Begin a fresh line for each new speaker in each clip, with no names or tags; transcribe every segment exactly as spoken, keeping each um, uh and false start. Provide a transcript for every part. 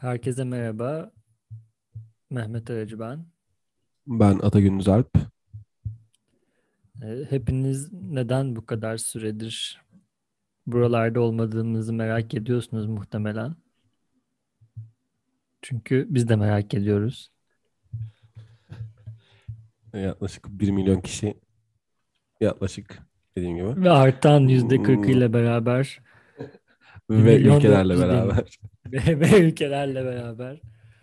Herkese merhaba. Mehmet Aracı ben.
Ben Atagündüz Alp.
Ee, Hepiniz neden bu kadar süredir buralarda olmadığımızı merak ediyorsunuz muhtemelen. Çünkü biz de merak ediyoruz.
Yaklaşık bir milyon kişi yaklaşık dediğim gibi.
Ve artan yüzde kırk
Hmm,
ile beraber bir
Ve
milyon
ülkelerle
dört yüz bin
beraber.
ve, ve ülkelerle beraber.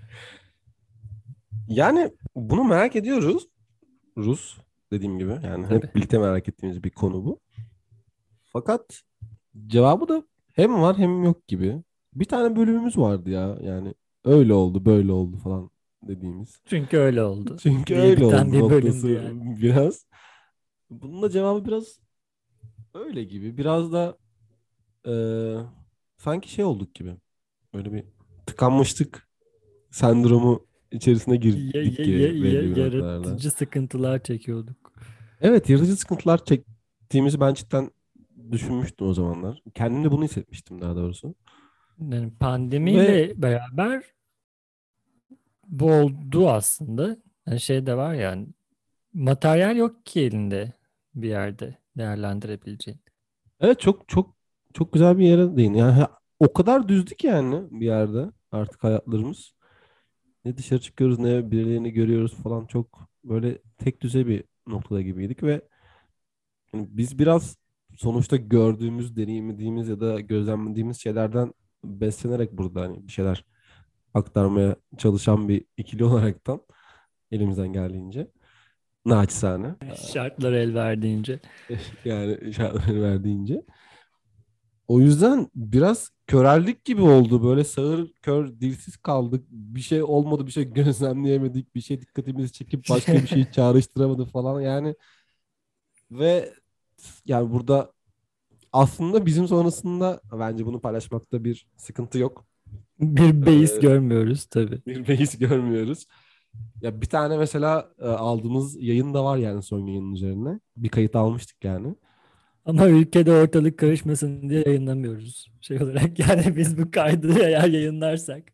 Yani bunu merak ediyoruz. Rus dediğim gibi. Yani
Tabii.
hep birlikte merak ettiğimiz bir konu bu. Fakat cevabı da hem var hem yok gibi. Bir tane bölümümüz vardı ya. Yani öyle oldu böyle oldu falan dediğimiz.
Çünkü öyle oldu
Çünkü
diye
öyle
biten
oldu
bir bölümdü
noktası
yani.
biraz. Bunun da cevabı biraz öyle gibi. Biraz da eee, sanki şey olduk gibi. Böyle bir tıkanmışlık sendromu içerisine
Ya-
girdik
ya- ya-
gibi belli
ya-
bir noktalarda.
yaratıcı sıkıntılar çekiyorduk.
Evet, yaratıcı sıkıntılar çektiğimizi ben cidden düşünmüştüm o zamanlar. Kendim de bunu hissetmiştim daha doğrusu.
Yani
Ve
pandemiyle beraber bu oldu aslında. Yani şey de var yani materyal yok ki elinde bir yerde değerlendirebileceğin.
evet, çok çok çok güzel bir yere değin. Yani ha- o kadar düzdük yani bir yerde artık hayatlarımız. Ne dışarı çıkıyoruz ne birilerini görüyoruz falan, çok böyle tek düze bir noktada gibiydik ve yani biz biraz sonuçta gördüğümüz, deneyimlediğimiz ya da gözlemlediğimiz şeylerden beslenerek burada hani bir şeyler aktarmaya çalışan bir ikili olaraktan elimizden geldiğince naçizane
Şartlar el verdiğince.
yani şartları verdiğince. O yüzden biraz köreldik gibi oldu. Böyle sağır kör dilsiz kaldık. Bir şey olmadı, bir şey gözlemleyemedik. Bir şey dikkatimizi çekip başka bir şeyi çağrıştıramadı falan yani. Ve yani burada aslında bizim sonrasında bence bunu paylaşmakta bir sıkıntı yok.
Bir beis
Ee,
görmüyoruz tabii.
bir beis görmüyoruz. Ya bir tane mesela e, aldığımız yayın da var yani, son yayının üzerine. Bir kayıt almıştık yani.
Ama ülkede ortalık karışmasın diye yayınlamıyoruz. Şey olarak yani biz bu kaydı eğer yayınlarsak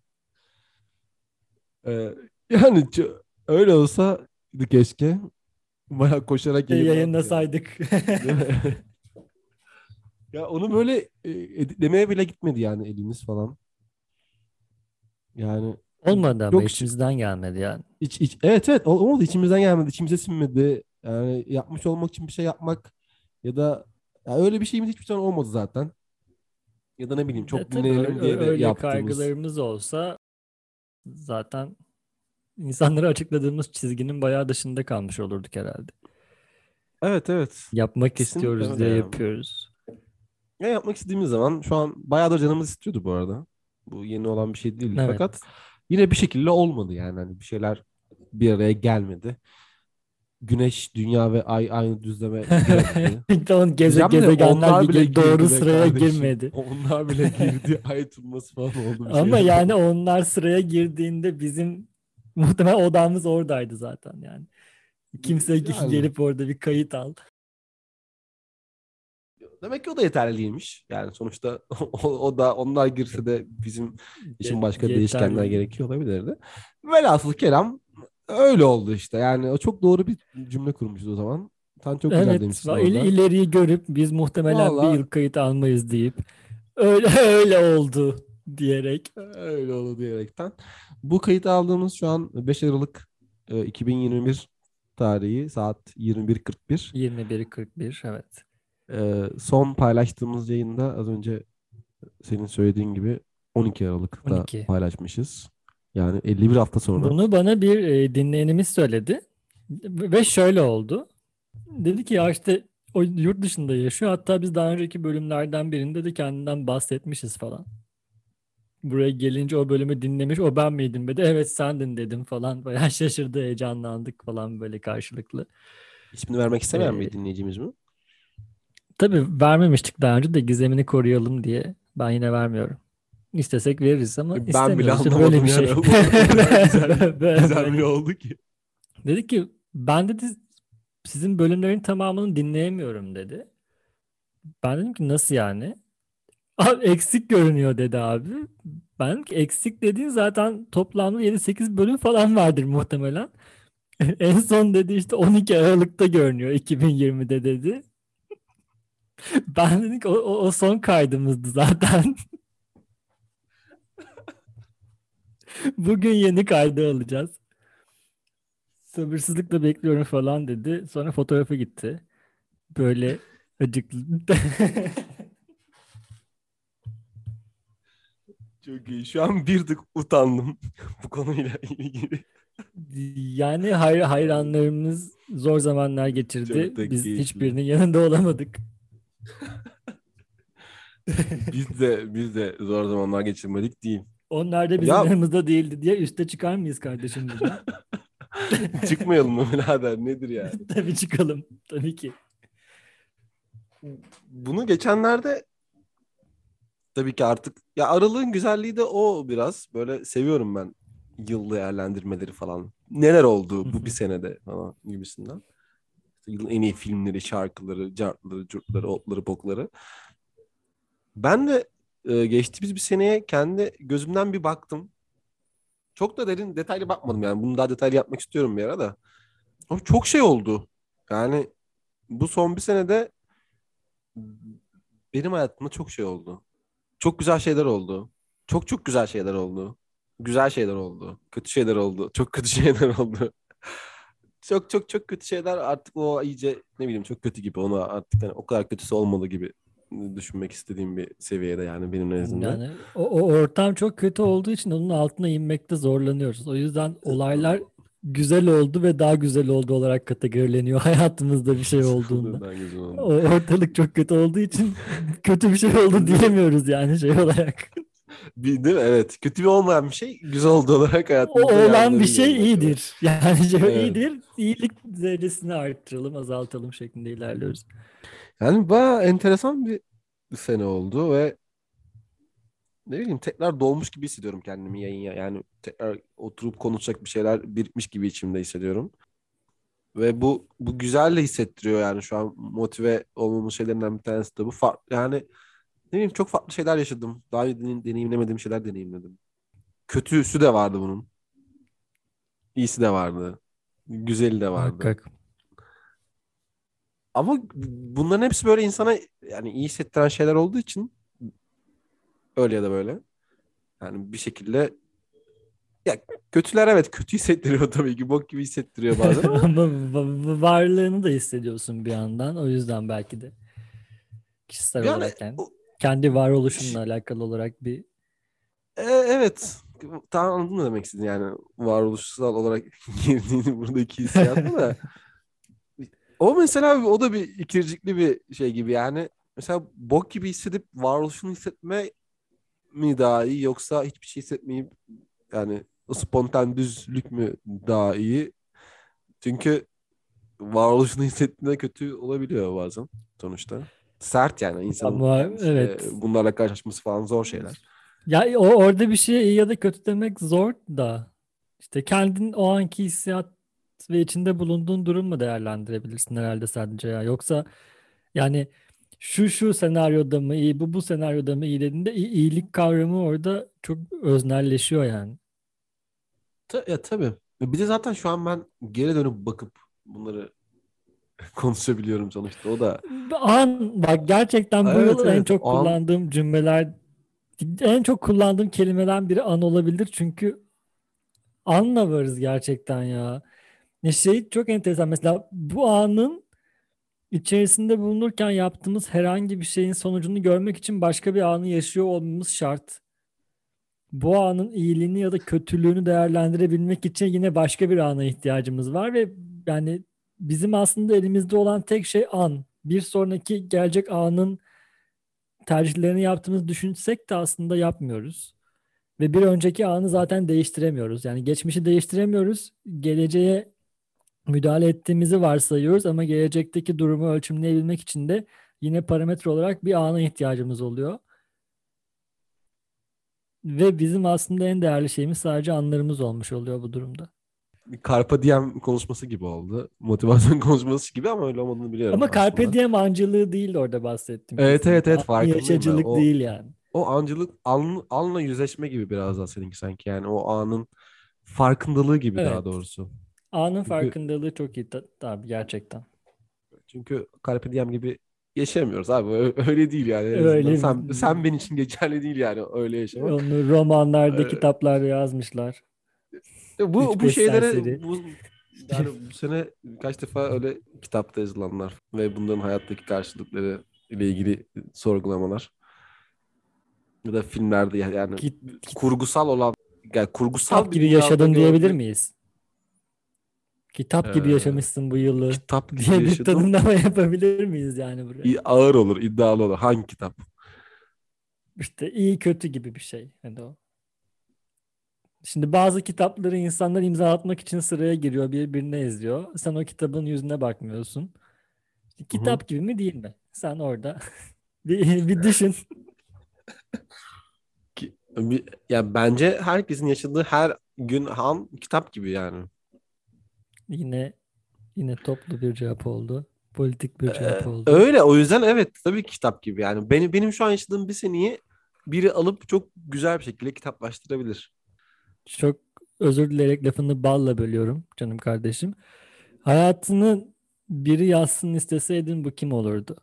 Ee, yani ç- öyle olsa keşke. Bayağı koşarak
şey
yayınlardık yani.
yayınlasaydık.
Değil mi? Ya onu böyle e, editlemeye bile gitmedi yani elimiz falan. Yani
Olmadı ama
çok ş-
içimizden gelmedi yani.
iç, iç, evet evet, o- olmadı, içimizden gelmedi, içimize sinmedi. Yani yapmış olmak için bir şey yapmak ya da ya öyle bir şeyimiz hiçbir zaman olmadı zaten. Ya da ne bileyim,
E
çok
tabii ö-
dinlenelim
ö-
diye de
öyle
yaptığımız.
kaygılarımız olsa zaten insanlara açıkladığımız çizginin bayağı dışında kalmış olurduk herhalde.
Evet evet,
Yapmak
kesinlikle
istiyoruz
öyle
diye
ya.
yapıyoruz.
Ne yapmak istediğimiz zaman şu an bayağıdır canımız istiyordu bu arada. Bu yeni olan bir şey değildi
Evet.
fakat yine bir şekilde olmadı yani, hani bir şeyler bir araya gelmedi. Güneş, dünya ve ay aynı düzleme giremedi.
Onun geze,
Diyeceğim de
gezegenler
onlar
bir
bile
ge- doğru
girdi be
sıraya
kardeşim.
girmedi.
Onlar bile girdi. Ay tutması falan oldu, bir
Ama
şeyler
yani
oldu.
onlar sıraya girdiğinde bizim muhtemelen odamız oradaydı zaten yani. Kimse ge-
Yani
gelip orada bir kayıt al.
demek ki o da yeterli değilmiş. Yani sonuçta o, o da, onlar girse de bizim için
Ye-
başka değişkenler
yeterli.
gerekiyor olabilirdi. Velhasıl kelam öyle oldu işte. Yani o çok doğru bir cümle kurmuştu o zaman. Sen çok güzel
Evet,
demişsin
va- il-
orada.
ileriyi görüp biz muhtemelen bir
Valla
yıl kayıt almayız deyip öyle öyle oldu diyerek
öyle oldu diyerekten. Bu kayıt aldığımız şu an beş Aralık e, iki bin yirmi bir tarihi, saat yirmi bir kırk bir.
yirmi bir kırk bir, evet.
E, son paylaştığımız yayında az önce senin söylediğin gibi on iki Aralık'ta
on iki.
paylaşmışız. Yani elli bir hafta sonra.
Bunu bana bir e, dinleyenimiz söyledi ve şöyle oldu. Dedi ki ya işte o yurt dışında yaşıyor. Hatta biz daha önceki bölümlerden birinde de kendinden bahsetmişiz falan. Buraya gelince o bölümü dinlemiş. O ben miydim dedi. Evet sendin dedim falan. Bayağı şaşırdı, heyecanlandık falan böyle karşılıklı.
İsmini vermek istemeyen
Ee,
bir dinleyicimiz mi?
tabii vermemiştik daha önce de gizemini koruyalım diye. Ben yine vermiyorum. İstesek veririz ama
E, Ben bile
istemiyoruz. İşte böyle
anlamadım
bir
yani,
şey.
o, o kadar güzel
Böyle.
gizemli oldu ki.
Dedi ki ben dedi sizin bölümlerin tamamını dinleyemiyorum dedi. Ben dedim ki nasıl yani? Abi eksik görünüyor dedi abi. Ben eksik dediğin zaten toplamda yedi sekiz bölüm falan vardır muhtemelen. En son dedi işte on iki Aralık'ta görünüyor iki bin yirmide dedi. Ben dedim ki o, o, o son kaydımızdı zaten. Bugün yeni kaydı alacağız. Sabırsızlıkla bekliyorum falan dedi. Sonra fotoğrafı gitti. Böyle acıklı.
Çok iyi. Şu an bir tık utandım bu konuyla ilgili.
Yani hayır, hayranlarımız zor zamanlar geçirdi.
Çok da
Biz
keyifli.
hiçbirinin yanında olamadık.
Biz de biz de zor zamanlar geçirmedik değil.
Onlar da bizim
Ya
yanımızda değildi diye üste çıkar mıyız kardeşim bugün?
çıkmayalım mı birader nedir yani?
Tabii çıkalım. Tabii ki.
Bunu geçenlerde tabii ki artık ya aralığın güzelliği de o biraz. Böyle seviyorum ben yıl değerlendirmeleri falan. Neler oldu bu bir senede falan gibisinden. İşte yılın en iyi filmleri, şarkıları, cartları, curtları, otları, bokları. Ben de e, geçtiğimiz bir seneye kendi gözümden bir baktım. Çok da derin detaylı bakmadım yani. Bunu daha detaylı yapmak istiyorum bir ara da. Ama çok şey oldu. Yani bu son bir senede benim hayatımda çok şey oldu. Çok güzel şeyler oldu. Çok çok güzel şeyler oldu. Güzel şeyler oldu. Kötü şeyler oldu. Çok kötü şeyler oldu. Çok çok çok kötü şeyler artık o iyice ne bileyim çok kötü gibi. Ona artık hani o kadar kötüsü olmalı gibi düşünmek istediğim bir seviyede yani benim nezdimde.
Yani o, o ortam çok kötü olduğu için onun altına inmekte zorlanıyoruz. O yüzden olaylar güzel oldu ve daha güzel oldu olarak kategorileniyor hayatımızda bir şey olduğunda.
Daha güzel
O
oldu.
ortalık çok kötü olduğu için kötü bir şey oldu
Değil mi?
diyemiyoruz yani şey olarak.
Bir, değil mi? Evet. Kötü bir olmayan bir şey güzel oldu olarak
O
hayatımızda
olan bir
yanlarıyla
şey
alakalı.
iyidir. Yani şey
Evet.
iyidir. İyilik derecesini arttıralım, azaltalım şeklinde ilerliyoruz.
Yani bayağı enteresan bir sene oldu ve ne bileyim tekrar dolmuş gibi hissediyorum kendimi yayın ya. Yani tekrar oturup konuşacak bir şeyler birikmiş gibi içimde hissediyorum. Ve bu bu güzel de hissettiriyor yani şu an motive olmamın şeylerinden bir tanesi de bu. Farklı yani ne bileyim çok farklı şeyler yaşadım. Daha önce deneyim- deneyimlemediğim şeyler deneyimledim. Kötüsü de vardı bunun. İyisi de vardı. Güzeli de vardı.
Muhakkak.
Ama bunların hepsi böyle insana yani iyi hissettiren şeyler olduğu için öyle ya da böyle. Yani bir şekilde ya kötüler evet kötü hissettiriyor tabii ki. Bok gibi hissettiriyor bazen ama
Ama va- va- varlığını da hissediyorsun bir yandan. O yüzden belki de kişisel
yani
olarak yani
o-
kendi
ş-
varoluşunla alakalı olarak bir
e, evet tamam anladım ne demek istedin yani varoluşsal olarak girdiğini buradaki hissiyatla da o mesela o da bir ikircikli bir şey gibi yani mesela bok gibi hissedip varoluşunu hissetme mi daha iyi yoksa hiçbir şey hissetmeyip yani spontan düzlük mü daha iyi? Çünkü varoluşunu hissettiğinde kötü olabiliyor bazen sonuçta. Sert yani insanın
ama
kendisiyle
evet.
bunlarla karşılaşması falan zor şeyler.
Ya o orada bir şeye iyi ya da kötü demek zor da işte kendin o anki hissiyat ve içinde bulunduğun durumu değerlendirebilirsin herhalde sadece ya. Yoksa yani şu şu senaryoda mı iyi, bu bu senaryoda mı iyi dediğinde i- iyilik kavramı orada çok öznelleşiyor yani.
Ta- ya tabii. Bir de zaten şu an ben geri dönüp bakıp bunları konuşabiliyorum sonuçta. O da
An bak gerçekten bu
evet
yıl en
evet
çok
o an
kullandığım cümleler, en çok kullandığım kelimeden biri an olabilir çünkü anla varız gerçekten ya. Ne şey çok enteresan mesela bu anın içerisinde bulunurken yaptığımız herhangi bir şeyin sonucunu görmek için başka bir anı yaşıyor olmamız şart. Bu anın iyiliğini ya da kötülüğünü değerlendirebilmek için yine başka bir ana ihtiyacımız var ve yani bizim aslında elimizde olan tek şey an. Bir sonraki gelecek anın tercihlerini yaptığımızı düşünsek de aslında yapmıyoruz. Ve bir önceki anı zaten değiştiremiyoruz. Yani geçmişi değiştiremiyoruz. Geleceğe müdahale ettiğimizi varsayıyoruz ama gelecekteki durumu ölçümleyebilmek için de yine parametre olarak bir ana ihtiyacımız oluyor. Ve bizim aslında en değerli şeyimiz sadece anlarımız olmuş oluyor bu durumda.
bir Carpe Diem konuşması gibi oldu. Motivasyon konuşması gibi ama öyle olmadığını biliyorum
Ama Carpe
aslında.
Diem ancılığı değil orada bahsettiğim
Evet evet
kesinlikle.
evet
Anı
farkındayım ben.
yaşacılık
O
değil yani.
o ancılık an, anla yüzleşme gibi biraz daha seninki sanki. Yani o anın farkındalığı gibi daha
Evet.
doğrusu.
Anın
Çünkü
farkındalığı çok iyi ta- tabii gerçekten.
çünkü Carpe Diem gibi yaşayamıyoruz abi. Ö- Öyle değil yani en azından.
Öyle
Sen, sen benim için geçerli değil yani öyle yaşamak.
onu romanlarda,
Ee,
kitaplarda yazmışlar.
bu
Üç
bu
beş
şeylere
serseri.
bu yani bu sene birkaç defa öyle kitapta yazılanlar ve bunların hayattaki karşılıkları ile ilgili sorgulamalar ya da filmlerde ya- yani
Kit, kit-
kurgusal olan yani kurgusal
kitap
bir
gibi
dünyada
yaşadım diyebilir
gördüğün
miyiz? Kitap gibi
e,
yaşamışsın bu yılı
kitap gibi
diye bir
yaşadım.
tanımlama yapabilir miyiz yani buraya?
İ- Ağır olur, iddialı olur. Hangi kitap?
İşte iyi kötü gibi bir şey. Hani o. Şimdi bazı kitapları insanlar imza atmak için sıraya giriyor, birbirine eziyor. Sen o kitabın yüzüne bakmıyorsun. İşte
Hı hı.
kitap gibi mi değil mi? Sen orada bir, bir düşün.
Ki, bir- ya bence herkesin yaşadığı her gün han kitap gibi yani.
Yine yine toplu bir cevap oldu. Politik bir cevap
Ee,
oldu.
öyle o yüzden evet tabii ki kitap gibi yani. Benim benim şu an yaşadığım bir seneyi biri alıp çok güzel bir şekilde kitaplaştırabilir.
Çok özür dileyerek lafını balla bölüyorum canım kardeşim. Hayatını biri yazsın isteseydin bu kim olurdu?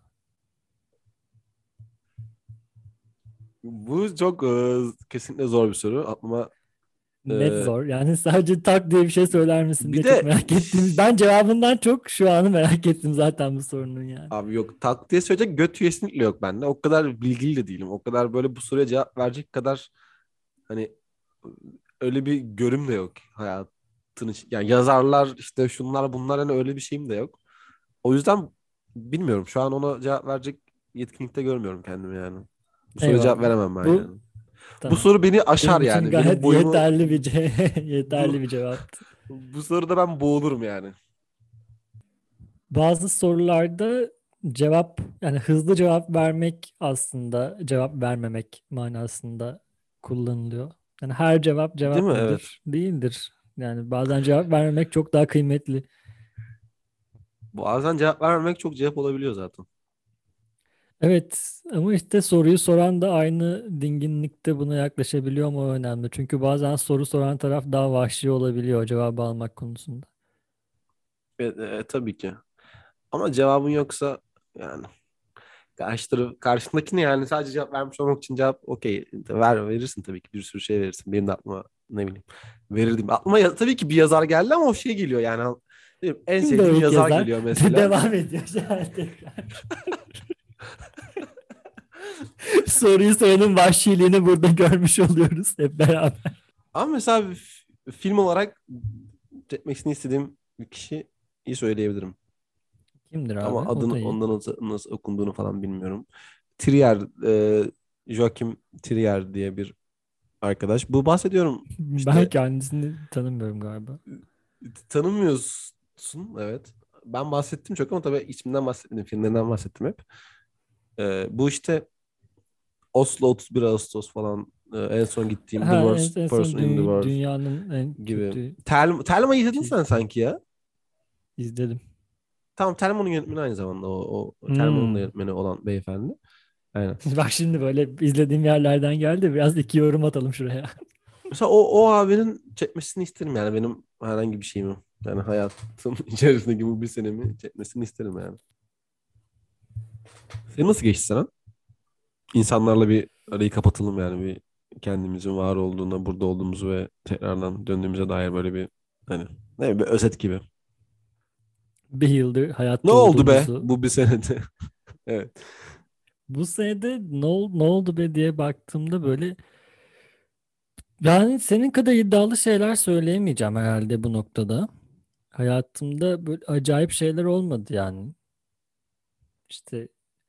Bu çok e, kesinlikle zor bir soru. Aklıma
Net
e,
zor. Yani sadece tak diye bir şey söyler misin
bir
diye çok
de
merak ettim. Ben cevabından çok şu anı merak ettim zaten bu sorunun yani.
abi yok tak diye söyleyecek göt kesinlikle yok bende. O kadar bilgili de değilim. O kadar böyle bu soruya cevap verecek kadar hani öyle bir görüm de yok hayatın iç- yani yazarlar işte şunlar bunlar hani öyle bir şeyim de yok. O yüzden bilmiyorum. Şu an ona cevap verecek yetkinlikte görmüyorum kendimi yani. Bu soruya cevap
Eyvallah.
veremem ben
Bu
yani. Bu
tamam.
soru beni aşar
Benim için
yani. Benim
gayet
boyumu
yeterli bir ce-
bu
yeterli bir cevaptı.
bu soruda ben boğulurum yani.
Bazı sorularda cevap yani hızlı cevap vermek aslında cevap vermemek manasında kullanılıyor. Yani her cevap
Değil
cevap
mi? Evet.
mıdır? Değildir. Yani bazen cevap vermemek çok daha kıymetli.
Bazen cevap vermemek çok cevap olabiliyor zaten.
Evet ama işte soruyu soran da aynı dinginlikte buna yaklaşabiliyor mu o önemli. Çünkü bazen soru soran taraf daha vahşi olabiliyor cevabı almak konusunda.
E, e, tabii ki. Ama cevabın yoksa yani karşı taraf, karşındakine yani sadece cevap vermiş olmak için cevap okey ver verirsin tabii ki bir sürü şey verirsin. Benim de aklıma ne bileyim verirdim. Aklıma ya- tabii ki bir yazar geldi ama o şey geliyor yani ne bileyim, en
Kimdi o
sevdiğim
ilk
yazar
yazar?
geliyor
De
mesela.
devam ediyor yani tekrar. Soruyu soranın vahşiliğini burada görmüş oluyoruz hep beraber.
Ama mesela bir f- film olarak çekmesini istediğim bir kişiyi söyleyebilirim.
Kimdir
Ama
abi? O
adını
da iyi.
ondan nasıl, nasıl okunduğunu falan bilmiyorum. Trier, e, Joachim Trier diye bir arkadaş. Bu bahsediyorum
Ben
işte
kendisini tanımıyorum galiba.
tanımıyorsun evet. Ben bahsettim çok ama tabii içimden bahsetmedim. Filmlerinden bahsettim hep. E, bu işte Oslo otuz bir Ağustos falan e, en son gittiğim The
Ha, en,
Worst
en son
Person in the
dü-
World
dünyanın en
gibi.
kötü
Tel Telma izledin
şey
sen sanki ya.
izledim.
Tamam Telma'nın yönetmeni aynı zamanda o, o Telma'nın da
Hmm.
yönetmeni olan beyefendi. Aynen.
Bak şimdi böyle izlediğim yerlerden geldi. Biraz iki yorum atalım şuraya.
Mesela o, o abinin çekmesini isterim yani benim herhangi bir şeyimi. Yani hayatım içerisindeki bu bir senemi çekmesini isterim yani. Senin nasıl geçti sana? İnsanlarla bir arayı kapatalım yani bir kendimizin var olduğuna, burada olduğumuzu ve tekrardan döndüğümüze dair böyle bir hani ne bileyim, bir özet gibi.
Bir yıldır
Ne
hayatta
oldu be
olduğumuzu.
bu bir senede? Evet.
Bu senede ne, ol- ne oldu be diye baktığımda böyle yani senin kadar iddialı şeyler söyleyemeyeceğim herhalde bu noktada. Hayatımda böyle acayip şeyler olmadı yani. İşte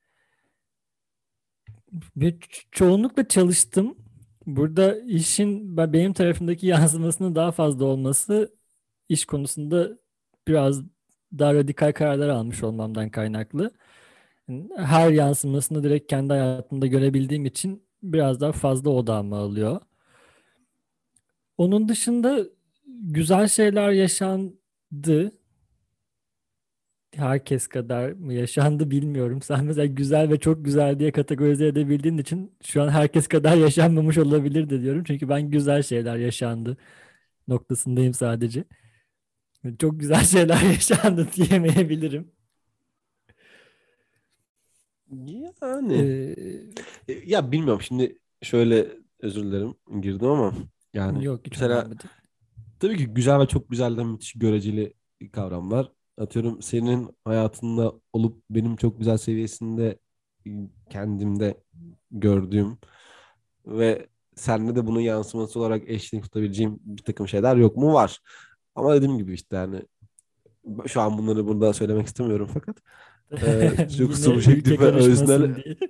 bir ço- çoğunlukla çalıştım. Burada işin ben- benim tarafımdaki yansımasının daha fazla olması iş konusunda biraz daha radikal kararlar almış olmamdan kaynaklı. Yani her yansımasını direkt kendi hayatımda görebildiğim için biraz daha fazla odağımı alıyor. Onun dışında güzel şeyler yaşandı. herkes kadar mı yaşandı bilmiyorum. Sen mesela güzel ve çok güzel diye kategorize edebildiğin için şu an herkes kadar yaşanmamış olabilir de diyorum. Çünkü ben güzel şeyler yaşandı noktasındayım sadece. Çok güzel şeyler yaşandı diyemeyebilirim.
Yani
Ee,
e, ya bilmiyorum, şimdi şöyle, özür dilerim girdim ama yani
yok hiç
mesela
önemli değil.
tabii ki güzel ve çok güzelden müthiş göreceli kavramlar. Atıyorum senin hayatında olup benim çok güzel seviyesinde kendimde gördüğüm ve sende de bunun yansıması olarak eşlik tutabileceğim bir takım şeyler yok mu? Var. Ama dediğim gibi işte yani şu an bunları burada söylemek istemiyorum fakat e, çok
Yine ülke
subjektif ve öznel
karışmasın diye.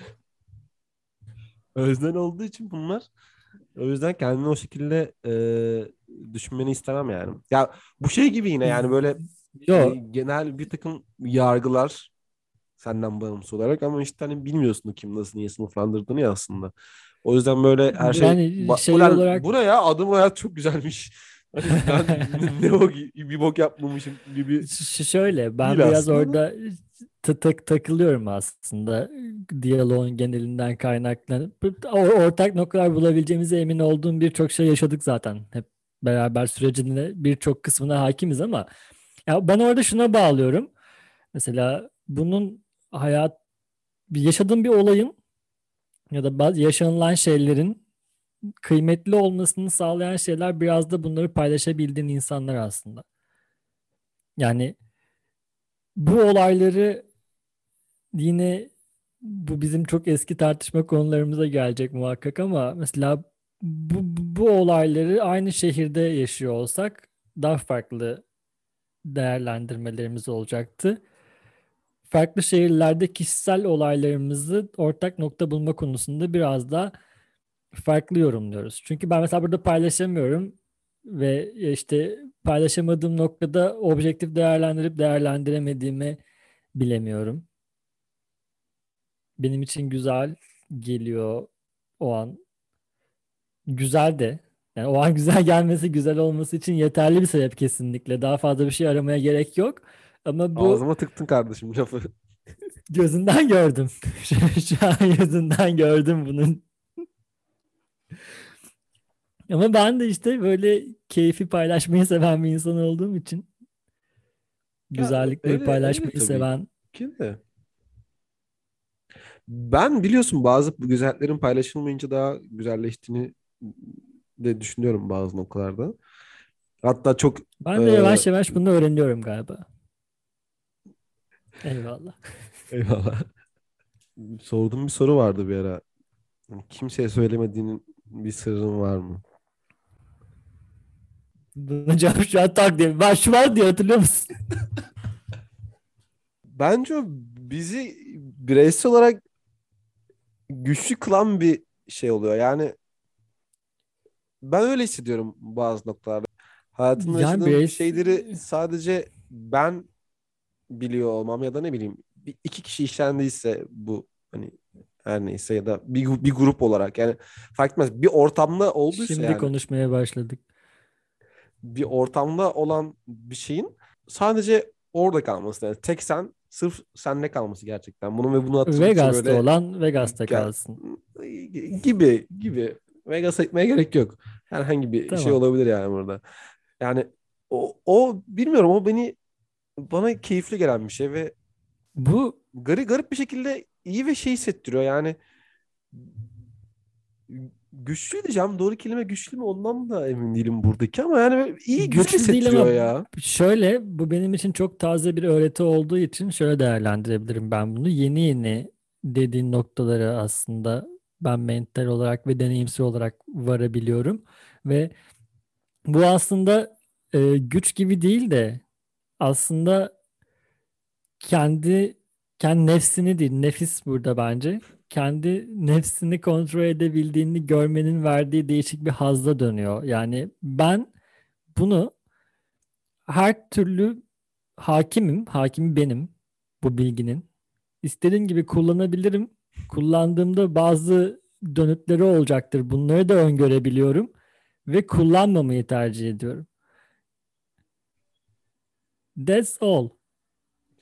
öznel olduğu için bunlar. O yüzden kendini o şekilde e, düşünmeni istemem yani. Ya bu şey gibi yine yani böyle e,
Yo,
genel bir takım yargılar senden bağımsız olarak ama işte hani bilmiyorsun da kim nasıl niye sınıflandırdığını ya aslında. O yüzden böyle her şey
yani
ba-
şey
ulan
olarak
buraya adım hayat çok güzelmiş. Hani ben ne o bir bok yapmamışım gibi
Ş- şöyle ben
değil
biraz
aslında da.
orada ta- ta- takılıyorum aslında diyaloğun genelinden kaynaklanıp o- ortak noktalar bulabileceğimize emin olduğum birçok şey yaşadık zaten. Hep beraber sürecinin birçok kısmına hakimiz ama ya ben orada şuna bağlıyorum. Mesela bunun hayat yaşadığım bir olayın ya da bazı yaşanılan şeylerin kıymetli olmasını sağlayan şeyler biraz da bunları paylaşabildiğin insanlar aslında. Yani bu olayları yine bu bizim çok eski tartışma konularımıza gelecek muhakkak ama mesela bu, bu olayları aynı şehirde yaşıyor olsak daha farklı değerlendirmelerimiz olacaktı. Farklı şehirlerde kişisel olaylarımızı ortak nokta bulma konusunda biraz daha farklı yorumluyoruz. Çünkü ben mesela burada paylaşamıyorum ve işte paylaşamadığım noktada objektif değerlendirip değerlendiremediğimi bilemiyorum. Benim için güzel geliyor o an. Güzel de. Yani o an güzel gelmesi, güzel olması için yeterli bir sebep kesinlikle. Daha fazla bir şey aramaya gerek yok. Ama bu
Ağzıma tıktın kardeşim lafı.
gözünden gördüm. Şu şu an gözünden gördüm bunun. Ama ben de işte böyle keyfi paylaşmayı seven bir insan olduğum için
Ya
güzellikleri
öyle öyle
paylaşmayı
tabii
seven.
ki de. Ben biliyorsun bazı bu güzelliklerin paylaşılmayınca daha güzelleştiğini de düşünüyorum bazı noktalarda. Hatta çok
Ben de
e,
yavaş yavaş bunu öğreniyorum galiba. Eyvallah.
eyvallah. Sorduğum bir soru vardı bir ara. Hani kimseye söylemediğinin bir sırrın var mı?
Bunun cevabı şu an tak diye. Ben şu var diye hatırlıyor musun?
Bence o bizi bireysel olarak güçlü kılan bir şey oluyor. Yani ben öyle hissediyorum bazı noktalarda. Hayatımda
Yani
yaşadığım
birey
şeyleri sadece ben biliyor olmam ya da ne bileyim bir, iki kişi işlendiyse bu, hani her neyse, ya da bir, bir grup olarak yani fark etmez, bir ortamda olduysa
Şimdi
yani
konuşmaya başladık.
bir ortamda olan bir şeyin sadece orada kalması, yani tek sen, sırf sende kalması gerçekten bunun ve bunu hatırladıkça
Vegas'ta
böyle
olan Vegas'ta
gel,
kalsın.
gibi gibi Vegas'a gitmeye gerek yok. Herhangi bir şey
Tamam.
olabilir yani burada. Yani o, o bilmiyorum, o beni bana keyifli gelen bir şey ve
Bu
garip garip bir şekilde iyi ve şey hissettiriyor yani. Güçlü diyeceğim, doğru kelime güçlü mü ondan da emin değilim buradaki, ama yani böyle iyi, güzel
güçlü değil
hissettiriyor
ama
ya.
şöyle bu benim için çok taze bir öğreti olduğu için şöyle değerlendirebilirim ben bunu. Yeni yeni dediğin noktaları aslında ben mental olarak ve deneyimsel olarak varabiliyorum. Ve bu aslında e, güç gibi değil de aslında kendi kendi nefsini değil, nefis burada bence. Kendi nefsini kontrol edebildiğini görmenin verdiği değişik bir hazza dönüyor. Yani ben bunu her türlü hakimim, hakimi benim bu bilginin. İstediğim gibi kullanabilirim. Kullandığımda bazı dönütleri olacaktır. Bunları da öngörebiliyorum ve kullanmamayı tercih ediyorum. That's all.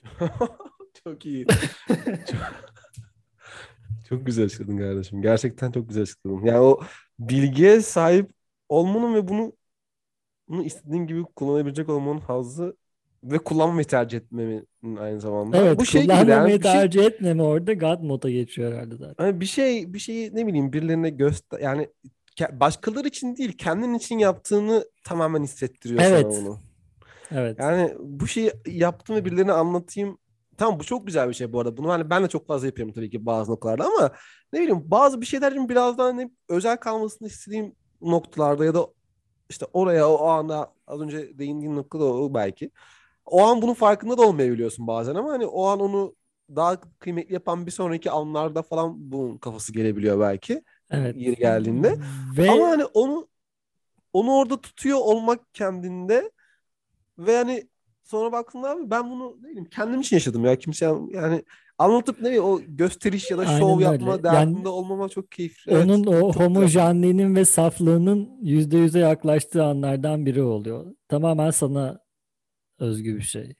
Çok iyi. Çok, çok güzel açıkladın kardeşim. Gerçekten çok güzel açıkladın. Yani o bilgiye sahip olmanın ve bunu bunu istediğin gibi kullanabilecek olmanın hazzı ve kullanmayı tercih etmemin aynı zamanda.
Evet,
Bu şey gibi de
kullanmamayı
yani bir şey
tercih etmeme orada God moda geçiyor herhalde zaten.
hani bir şey bir şeyi ne bileyim birilerine göster yani ke- başkaları için değil kendin için yaptığını tamamen hissettiriyor sana
Evet,
bunu.
evet.
Yani bu şeyi yaptım ve birilerine anlatayım. Tamam bu çok güzel bir şey bu arada. Bunu hani ben de çok fazla yapıyorum tabii ki bazı noktalarda ama ne bileyim bazı bir şeylerin biraz daha hani özel kalmasını istediğim noktalarda ya da işte oraya o anda az önce değindiğin noktada o belki. O an bunun farkında da olmayabiliyorsun bazen ama hani o an onu daha kıymetli yapan bir sonraki anlarda falan bunun kafası gelebiliyor belki
Evet.
yeri geldiğinde. Ama
Ve
hani onu onu orada tutuyor olmak kendinde ve hani sonra baktığında abi ben bunu ne bileyim kendim için yaşadım ya kimse yani anlatıp ne bileyim o gösteriş ya da şov
aynen öyle.
yapma
Yani
derdinde olmama çok keyifli. Evet
onun
bu
o
çok güzel.
homojenliğinin ve saflığının yüzde yüze yaklaştığı anlardan biri oluyor. Tamamen sana özgü bir şey.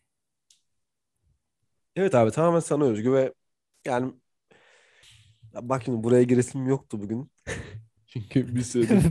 Evet abi tamamen sana özgü ve yani ya bak şimdi buraya giresim yoktu bugün. Çünkü bir süredir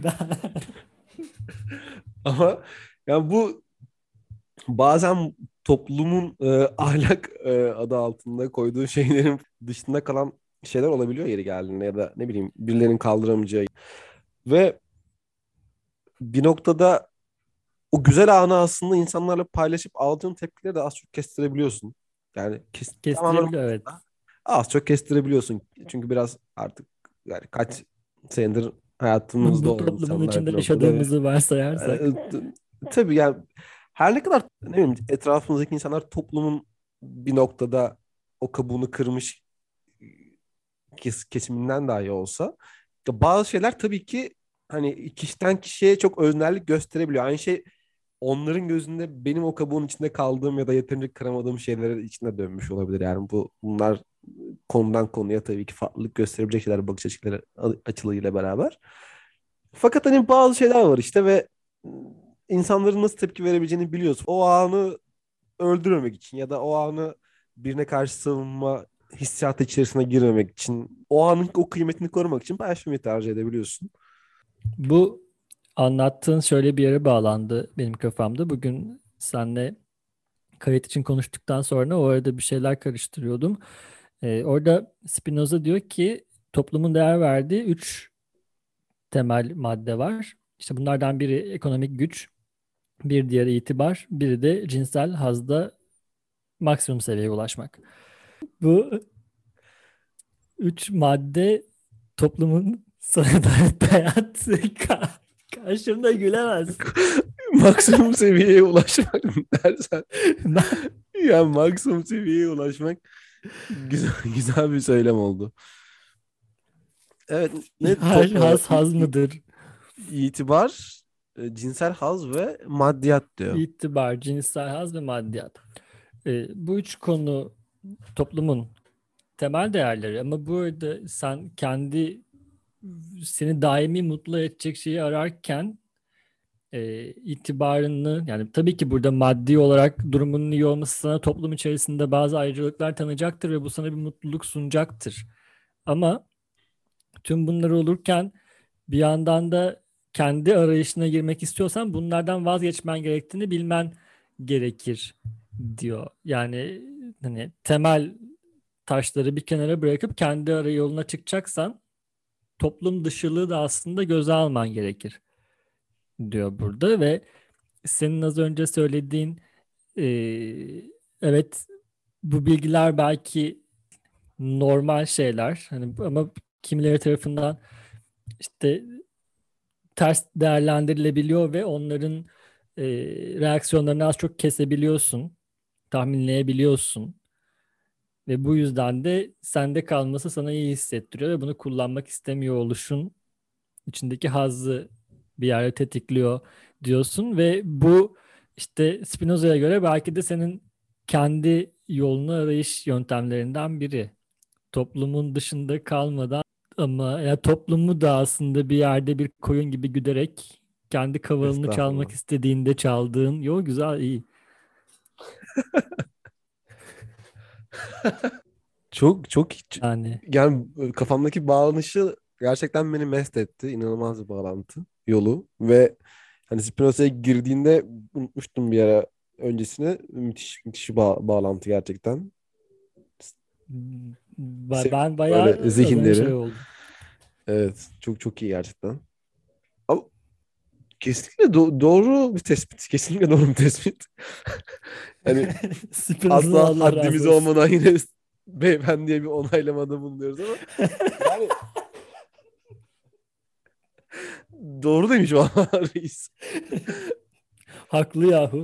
ama yani bu bazen toplumun e, ahlak e, adı altında koyduğu şeylerin dışında kalan şeyler olabiliyor yeri geldiğinde ya da ne bileyim birilerinin kaldıramayacağı ve bir noktada o güzel anı aslında insanlarla paylaşıp aldığın tepkileri de az çok kestirebiliyorsun. Yani kes, tamamen
kestirebiliyor, evet.
olmasa da az çok kestirebiliyorsun. Çünkü biraz artık yani kaç senedir hayatımızda
Bu
olan
toplumun
insanlar
içinde
bir noktada ve
yaşadığımızı varsayarsak.
e, t- tabii yani her ne kadar ne bileyim etrafımızdaki insanlar toplumun bir noktada o kabuğunu kırmış kes, kesiminden dahi olsa bazı şeyler tabii ki hani kişiden kişiye çok öznellik gösterebiliyor. Aynı şey onların gözünde benim o kabuğun içinde kaldığım ya da yeterince kıramadığım şeylerin içine dönmüş olabilir. Yani bu bunlar konudan konuya tabii ki farklılık gösterebilecek şeyler bakış açıları açılarıyla beraber. Fakat hani bazı şeyler var işte ve insanların nasıl tepki verebileceğini biliyorsun. O anı öldürmemek için ya da o anı birine karşı savunma hissiyatı içerisine girmemek için o anın o kıymetini korumak için paylaşmayı tercih edebiliyorsun.
Bu anlattığın şöyle bir yere bağlandı benim kafamda. Bugün seninle kayıt için konuştuktan sonra o arada bir şeyler karıştırıyordum. Ee, orada Spinoza diyor ki toplumun değer verdiği üç temel madde var. İşte bunlardan biri ekonomik güç, bir diğeri itibar, biri de cinsel hazda maksimum seviyeye ulaşmak. Bu üç madde toplumun sana dayattığı ka- karşımda gülemezsin.
Maksimum seviyeye ulaşmak dersen ya maksimum seviyeye ulaşmak güzel güzel bir söylem oldu. Evet ne
Her
top e,
haz
i-
haz
i-
mıdır?
itibar, e, cinsel haz ve maddiyat diyor.
İtibar, cinsel haz ve maddiyat. Ee, bu üç konu toplumun temel değerleri ama burada sen kendi seni daimi mutlu edecek şeyi ararken e, itibarını yani tabii ki burada maddi olarak durumunun iyi olması sana toplum içerisinde bazı ayrıcalıklar tanıyacaktır ve bu sana bir mutluluk sunacaktır. Ama tüm bunları olurken bir yandan da kendi arayışına girmek istiyorsan bunlardan vazgeçmen gerektiğini bilmen gerekir diyor. Yani hani temel taşları bir kenara bırakıp kendi ara yoluna çıkacaksan toplum dışılığı da aslında göze alman gerekir diyor burada ve senin az önce söylediğin eee, evet bu bilgiler belki normal şeyler hani ama kimileri tarafından işte ters değerlendirilebiliyor ve onların eee, reaksiyonlarını az çok kesebiliyorsun, tahminleyebiliyorsun ve bu yüzden de sende kalması sana iyi hissettiriyor ve bunu kullanmak istemiyor oluşun içindeki hazzı bir yerde tetikliyor diyorsun ve bu işte Spinoza'ya göre belki de senin kendi yolunu arayış yöntemlerinden biri. Toplumun dışında kalmadan ama ya toplumu da aslında bir yerde bir koyun gibi güderek kendi kavalını çalmak
Estağfurullah.
istediğinde çaldığın yol güzel iyi.
Çok çok
Yani
yani kafamdaki bağlanışı gerçekten beni mest etti. İnanılmaz bir bağlantı yolu ve hani Spinoza'ya girdiğinde unutmuştum bir ara öncesine. Müthiş müthiş bir bağ- bağlantı gerçekten.
ba-
Sevdim
ben bayağı
böyle
az önce şey
zihinleri.
oldum.
Evet, çok çok iyi gerçekten. Ama kesinlikle do- doğru bir tespit. Kesinlikle doğru bir tespit. Yani
Spinoza
asla
Allah razı
haddimiz
olsun.
olmadan yine beyefendiye bir onaylamada bulunuyoruz ama yani doğru demiş vallahi reis.
Haklı yahu.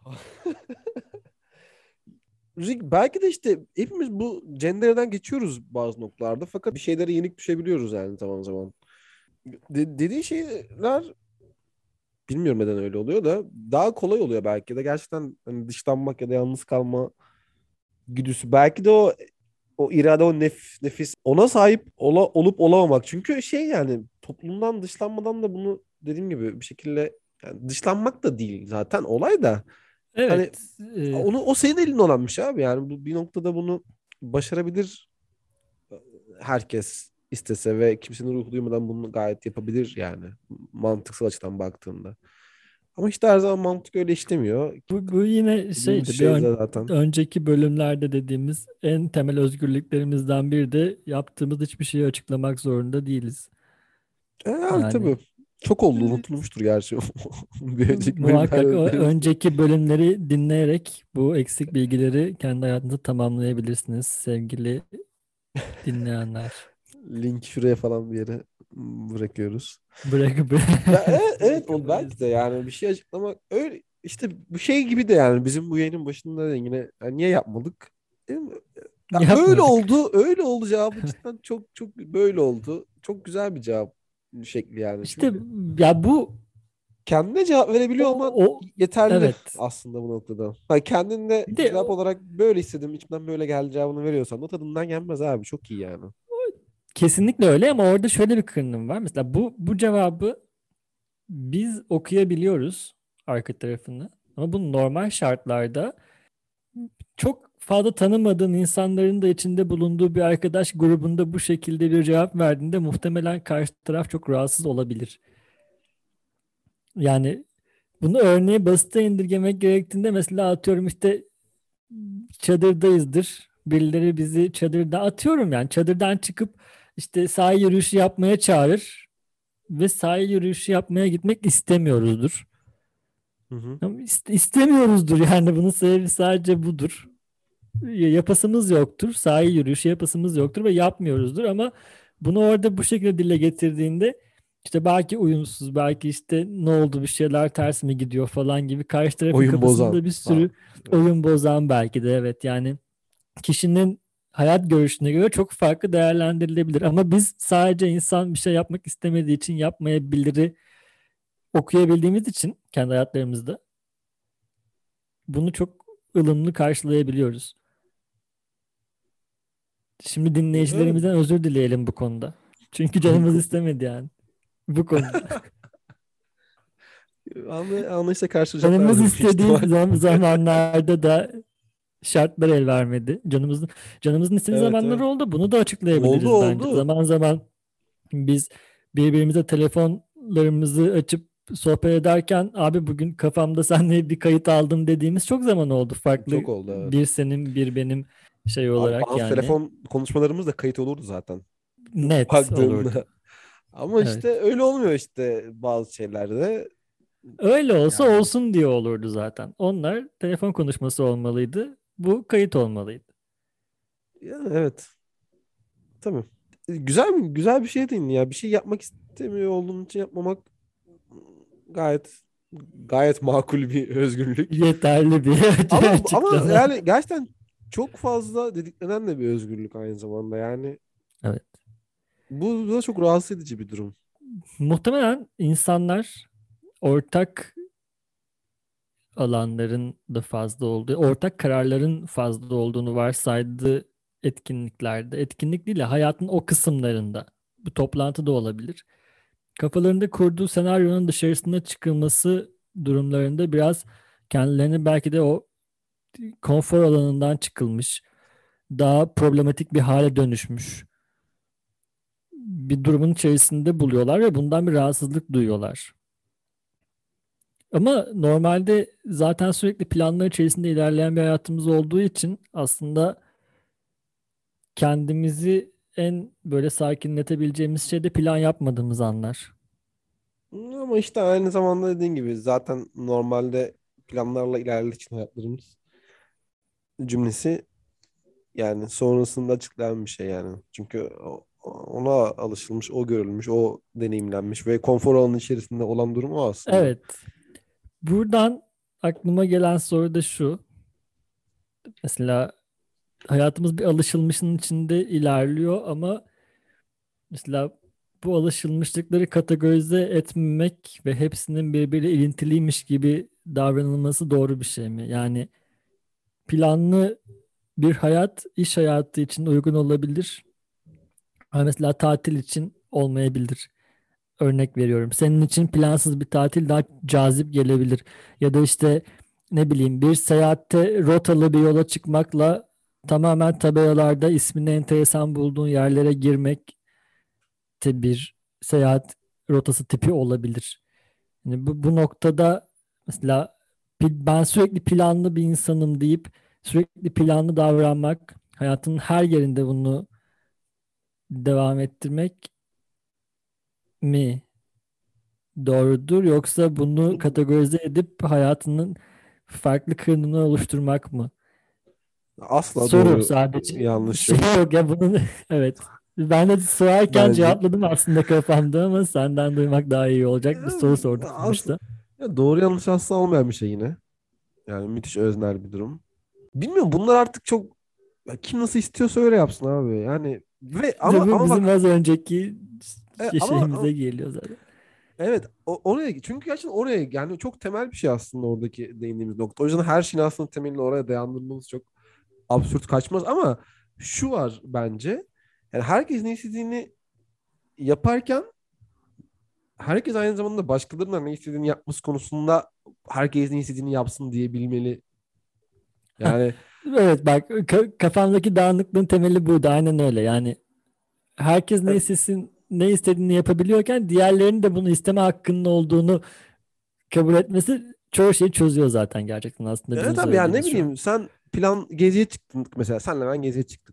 Rick, belki de işte hepimiz bu cendereden geçiyoruz bazı noktalarda fakat bir şeylere yenik düşebiliyoruz yani zaman zaman. De- dediği şeyler bilmiyorum neden öyle oluyor da daha kolay oluyor belki de gerçekten hani dışlanmak ya da yalnız kalma güdüsü belki de o o irade o nef nefis ona sahip ola, olup olamamak çünkü şey yani toplumdan dışlanmadan da bunu dediğim gibi bir şekilde yani dışlanmak da değil zaten olay da hani
Evet. e,
onu o senin elinde olanmış abi yani bu bir noktada bunu başarabilir herkes istese ve kimsenin ruhu duymadan bunu gayet yapabilir yani mantıksal açıdan baktığında. Ama işte her zaman mantık öyle işlemiyor.
bu, bu yine
Dediğimiz
şeydi. Bir
şey
ön-
de zaten.
önceki bölümlerde dediğimiz en temel özgürlüklerimizden biri de yaptığımız hiçbir şeyi açıklamak zorunda değiliz.
E, yani
Yani
tabii çok oldu
e,
unutulmuştur gerçi. Bir önceki
muhakkak
bölümlerde
o
deriz de.
önceki bölümleri dinleyerek bu eksik bilgileri kendi hayatınızda tamamlayabilirsiniz sevgili dinleyenler.
Link şuraya falan bir yere bırakıyoruz.
Bırakıp
Ya, e- evet o belki
bırakabiliriz.
de yani bir şey açıklamak öyle işte bu şey gibi de yani bizim bu yayının başında da yine yani niye yapmadık? Değil mi? Ya öyle
Yapmadık.
oldu, öyle oldu cevabı cidden çok çok böyle oldu. Çok güzel bir cevap şekli yani.
İşte
Çünkü
ya bu
kendine cevap verebiliyor olman
o, o
yeterli
evet.
aslında bu noktada. Hani kendinde
Bir de
cevap
o-
olarak böyle istedim, içimden böyle geldi cevabını veriyorsan da tadından gelmez abi. Çok iyi yani.
kesinlikle öyle ama orada şöyle bir kırılım var. Mesela bu bu cevabı biz okuyabiliyoruz arka tarafını. Ama bu normal şartlarda çok fazla tanımadığın insanların da içinde bulunduğu bir arkadaş grubunda bu şekilde bir cevap verdiğinde muhtemelen karşı taraf çok rahatsız olabilir. Yani bunu örneği basite indirgemek gerektiğinde mesela atıyorum işte çadırdayızdır. Birileri bizi çadırda atıyorum yani çadırdan çıkıp işte sahil yürüyüşü yapmaya çağırır ve sahil yürüyüşü yapmaya gitmek istemiyoruzdur.
Hı hı.
Ama ist- istemiyoruzdur yani bunun sebebi sadece budur. Ya- Yapasımız yoktur. Sahil yürüyüşü yapasımız yoktur ve yapmıyoruzdur ama bunu orada bu şekilde dile getirdiğinde işte belki uyumsuz, belki işte ne oldu bir şeyler ters mi gidiyor falan gibi karşı tarafın
Oyun bozan
kafasında bir
falan.
sürü
Evet.
oyun bozan belki de evet yani kişinin hayat görüşüne göre çok farklı değerlendirilebilir. Ama biz sadece insan bir şey yapmak istemediği için yapmayabiliri okuyabildiğimiz için kendi hayatlarımızda bunu çok ılımlı karşılayabiliyoruz. Şimdi
Evet.
dinleyicilerimizden özür dileyelim bu konuda. Çünkü canımız istemedi yani bu konuda.
Anlay anlayışla
Canımız
karşılayacaklardır büyük
istediği
ihtimal.
zam- zamanlarda da şartlar el vermedi. Canımızın canımızın istediği
Evet
zamanlar
evet.
oldu. Bunu da
Oldu
açıklayabiliriz bence.
oldu.
Zaman zaman biz birbirimize telefonlarımızı açıp sohbet ederken abi bugün kafamda seninle bir kayıt aldım dediğimiz çok zaman oldu. Farklı
Çok oldu evet.
bir senin bir benim şey
Abi
olarak
bazı
yani
telefon konuşmalarımız da kayıt olurdu zaten.
net olurdu.
Baktığında. Ama işte
Evet.
öyle olmuyor işte bazı şeylerde.
Öyle olsa
Yani.
olsun diye olurdu zaten. Onlar telefon konuşması olmalıydı. Bu kayıt olmalıydı.
Yani evet. Tabii. Güzel güzel bir şey değil mi ya? Bir şey yapmak istemiyor olduğun için yapmamak gayet gayet makul bir özgürlük.
Yeterli bir
Ama ama
açıklama.
yani gerçekten çok fazla dediklenen de bir özgürlük aynı zamanda. Yani
Evet.
bu, bu da çok rahatsız edici bir durum.
Muhtemelen insanlar ortak alanların da fazla olduğu, ortak kararların fazla olduğunu varsaydığı etkinliklerde, etkinlik değil de hayatın o kısımlarında, bu toplantı da olabilir. Kafalarında kurduğu senaryonun dışarısına çıkılması durumlarında biraz kendilerini belki de o konfor alanından çıkılmış, daha problematik bir hale dönüşmüş bir durumun içerisinde buluyorlar ve bundan bir rahatsızlık duyuyorlar. Ama normalde zaten sürekli planlar içerisinde ilerleyen bir hayatımız olduğu için aslında kendimizi en böyle sakinletebileceğimiz şey de plan yapmadığımız anlar.
Ama işte aynı zamanda dediğin gibi zaten normalde planlarla ilerlediği için hayatlarımız cümlesi yani sonrasında açıklayan bir şey yani. Çünkü o- ona alışılmış, o görülmüş, o deneyimlenmiş ve konfor alanı içerisinde olan durum o aslında.
Evet. Buradan aklıma gelen soru da şu. Mesela hayatımız bir alışılmışın içinde ilerliyor ama mesela bu alışılmışlıkları kategorize etmemek ve hepsinin birbiriyle ilintiliymiş gibi davranılması doğru bir şey mi? Yani planlı bir hayat iş hayatı için uygun olabilir ama mesela tatil için olmayabilir. Örnek veriyorum. Senin için plansız bir tatil daha cazip gelebilir. Ya da işte ne bileyim bir seyahatte rotalı bir yola çıkmakla tamamen tabelalarda ismini enteresan bulduğun yerlere girmek de bir seyahat rotası tipi olabilir. Yani bu, bu noktada mesela pi- ben sürekli planlı bir insanım deyip sürekli planlı davranmak, hayatın her yerinde bunu devam ettirmek mi doğrudur yoksa bunu kategorize edip hayatının farklı kırınımını oluşturmak mı?
Asla
Soru
doğru
sadece.
yanlış
Şey
yok
yok ya bunun evet. Ben de sorarken
bence.
cevapladım aslında kafamda ama senden duymak daha iyi olacak. Bir soru sorduk
As
sonuçta.
ya doğru yanlış asla olmayan bir şey yine. Yani müthiş öznel bir durum. Bilmiyorum bunlar artık çok ya kim nasıl istiyorsa öyle yapsın abi. Yani ve
İşte
ama
bu
ama
bizim
bak
az önceki
e,
şey-
ama, ama
şeyimize geliyor zaten.
evet o, oraya çünkü gerçekten oraya yani çok temel bir şey aslında oradaki değindiğimiz nokta. O yüzden her şeyin aslında temelini oraya dayandırmamız çok absürt kaçmaz ama şu var bence. Yani herkes ne istediğini yaparken herkes aynı zamanda başkalarının ne istediğini yapması konusunda herkes ne istediğini yapsın diyebilmeli. Yani
Evet bak ka- kafamdaki dağınıklığın temeli buydu. Aynen öyle. Yani herkes ne
e,
istesin, ne istediğini yapabiliyorken diğerlerinin de bunu isteme hakkının olduğunu kabul etmesi çoğu şeyi çözüyor zaten gerçekten aslında bizim
evet abi yani
söylediğimiz
ne
şu an.
bileyim sen plan geziye çıktın mesela senle ben geziye çıktık.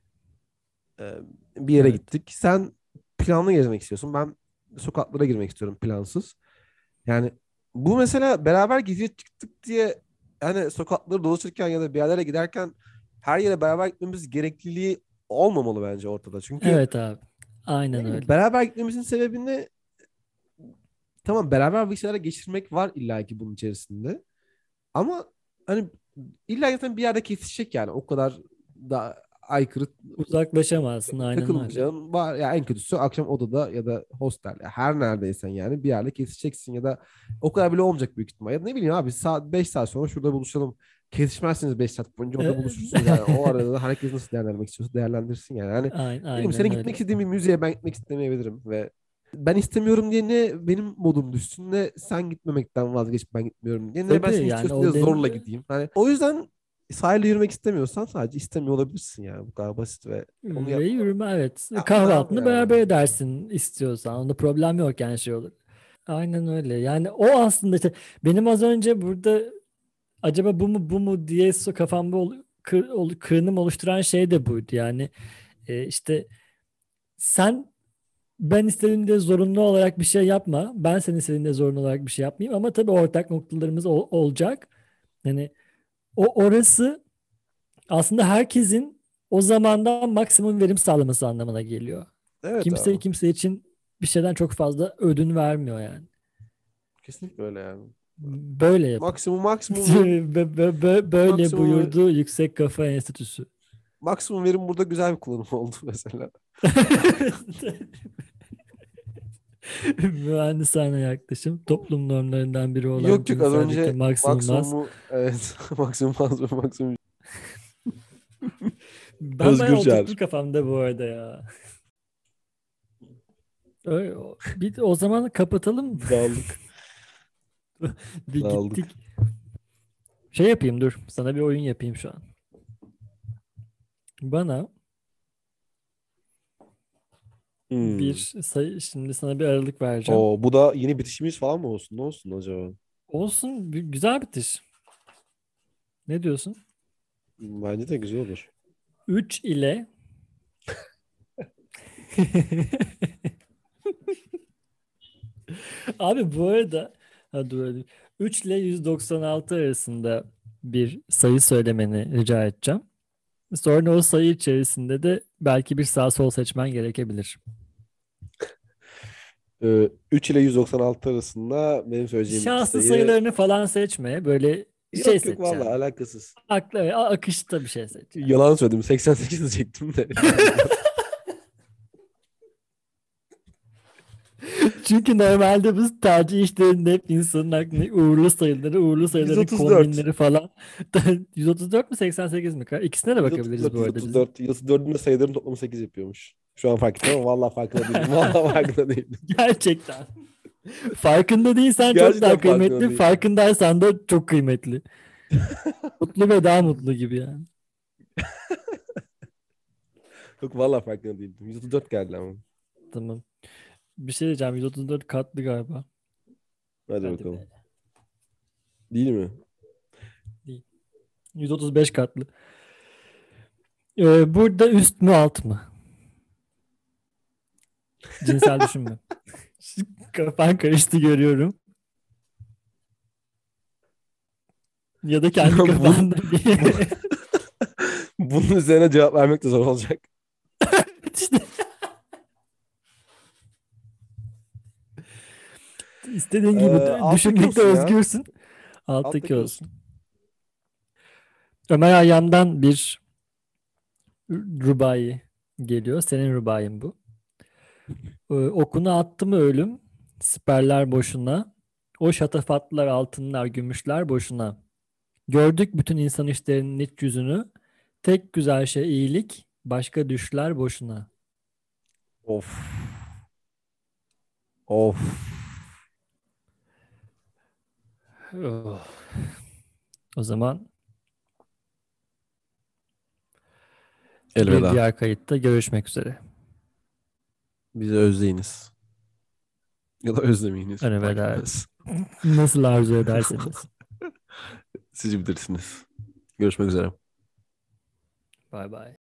Ee, bir yere
Evet.
gittik. Sen planlı gezmek istiyorsun. Ben sokaklara girmek istiyorum plansız. Yani bu mesela beraber geziye çıktık diye hani sokakları dolaşırken ya da bir yerlere giderken her yere beraber gitmemiz gerekliliği olmamalı bence ortada. Çünkü
Evet abi.
ne
Aynen
bileyim
öyle.
beraber gitmemizin sebebini tamam beraber bir şeyler geçirmek var illaki bunun içerisinde. Ama hani illa zaten bir yerde kesişecek yani. O kadar da aykırı
Uzaklaşamazsın aynen öyle.
takılmayacağın var ya en kötüsü akşam odada ya da hostel ya her neredeysen yani bir yerde kesişeceksin ya da o kadar bile olmayacak büyük ihtimal. Ya da ne bileyim abi saat beş saat sonra şurada buluşalım. Kesişmezsiniz beş saat boyunca orada
E,
buluşursunuz yani. O arada da herkes nasıl değerlendirmek istiyorsa değerlendirsin yani. Yani
Aynen,
benim senin
aynen
gitmek
öyle.
istediğin bir müzeye ben gitmek istemeyebilirim ve ben istemiyorum diye ne benim modum düşsün ne sen gitmemekten vazgeç ben gitmiyorum diye ne ben
Tabii
sen
yani
istiyorsun diye
o den
zorla gideyim. Hani o yüzden sahilde yürümek istemiyorsan sadece istemiyor olabilirsin yani bu kadar basit ve onu
ve
yapma.
yürüme evet.
Yapma abi
Kahvaltını
yani.
beraber edersin istiyorsan. Onda problem yok yani şey olur. Aynen öyle. Yani o aslında işte benim az önce burada acaba bu mu bu mu diye su kafamda ol, kır, ol- kırınım oluşturan şey de buydu. Yani e, işte sen ben istediğimde zorunlu olarak bir şey yapma. Ben senin istediğinde zorunlu olarak bir şey yapmayayım. Ama tabii ortak noktalarımız ol- olacak. Yani o orası aslında herkesin o zamandan maksimum verim sağlaması anlamına geliyor.
Evet
Kimse
abi.
kimse için bir şeyden çok fazla ödün vermiyor yani.
Kesinlikle öyle yani.
Böyle yapın.
Maksimum maksimum verim
Bö- bö- bö- Böyle
maksimum ve-
buyurdu Yüksek Kafa Enstitüsü.
maksimum verim burada güzel bir kullanım oldu mesela.
Mühendisane yaklaşım toplum normlarından biri olan
Yok yok az
cinseldeki
önce
maksimum az.
maksimumu evet maksimum az ve maksimum
Ben bayağı
özgür
oturttum
çağrışım.
kafamda bu arada ya. Öyle, o- bir, o zaman kapatalım.
Dağıldık.
Bir
Dağıldık.
gittik. Şey yapayım dur. Sana bir oyun yapayım şu an. Bana bir
Hmm.
sayı, şimdi sana bir aralık vereceğim.
O bu da yeni bitişimiz falan mı olsun? Ne olsun acaba?
Olsun, bir- güzel bitiş. Ne diyorsun?
Bence de güzel olur.
Üç ile abi bu arada ha, dur, hadi. üç ile yüz doksan altı arasında bir sayı söylemeni rica edeceğim. Sonra o sayı içerisinde de belki bir sağ sol seçmen gerekebilir.
Ee, üç ile yüz doksan altı arasında benim söyleyeceğim iki
Şanslı
sayı.
sayılarını falan seçme. Böyle şey
Yok yok vallahi
seçeceksin.
alakasız.
Akla, akışta bir şey seçeceksin.
Yalan söyledim. seksen sekiz diyecektim de.
Çünkü normalde biz tercih işlerinde hep insanın aklına uğurlu sayıları, uğurlu sayıların
yüz otuz dört.
kombinleri falan. yüz otuz dört mü seksen sekiz mi? İkisine de bakabiliriz bu arada
yüz otuz dört,
bizim.
yüz otuz dört. yüz otuz dördün de sayıların toplamı sekiz yapıyormuş. Şu an fark ettim ama vallahi farkında değilim. Vallahi farkında değilim.
Gerçekten. Farkında değilsen çok
Gerçekten
daha
farkında
kıymetli.
değilim.
Farkındaysan da çok kıymetli. Mutlu ve daha mutlu gibi yani.
Yok vallahi farkında değilim. yüz otuz dört geldi ama.
Tamam. Bir şey diyeceğim. yüz otuz dört katlı galiba.
Hadi
Hadi be.
bakalım. Değil mi?
Değil. yüz otuz beş katlı. Ee, burada üst mü alt mı? Cinsel düşünme. Kafan karıştı görüyorum. Ya da kendi
Bunun,
kafanda bir
bu- bunun üzerine cevap vermek de zor olacak.
işte istediğin
Ee,
gibi dü-
alttaki
düşünmekte
olsun ya.
özgürsün. Alttaki
Alttaki
olsun.
olsun.
Ömer Hayyam'dan bir rubai geliyor. Senin rubain bu. Ee, okunu attı mı ölüm, siperler boşuna. O şatafatlar, altınlar, gümüşler boşuna. Gördük bütün insan işlerinin iç yüzünü. Tek güzel şey iyilik, başka düşler boşuna.
Of. Of.
Oh. O zaman bir
Elveda.
diğer kayıtta görüşmek üzere.
Bizi özleyiniz. Ya da özlemeyiniz. Fark
Elveda.
etmez.
Nasıl arzu ederseniz.
Siz bilirsiniz. Görüşmek üzere.
Bay bay.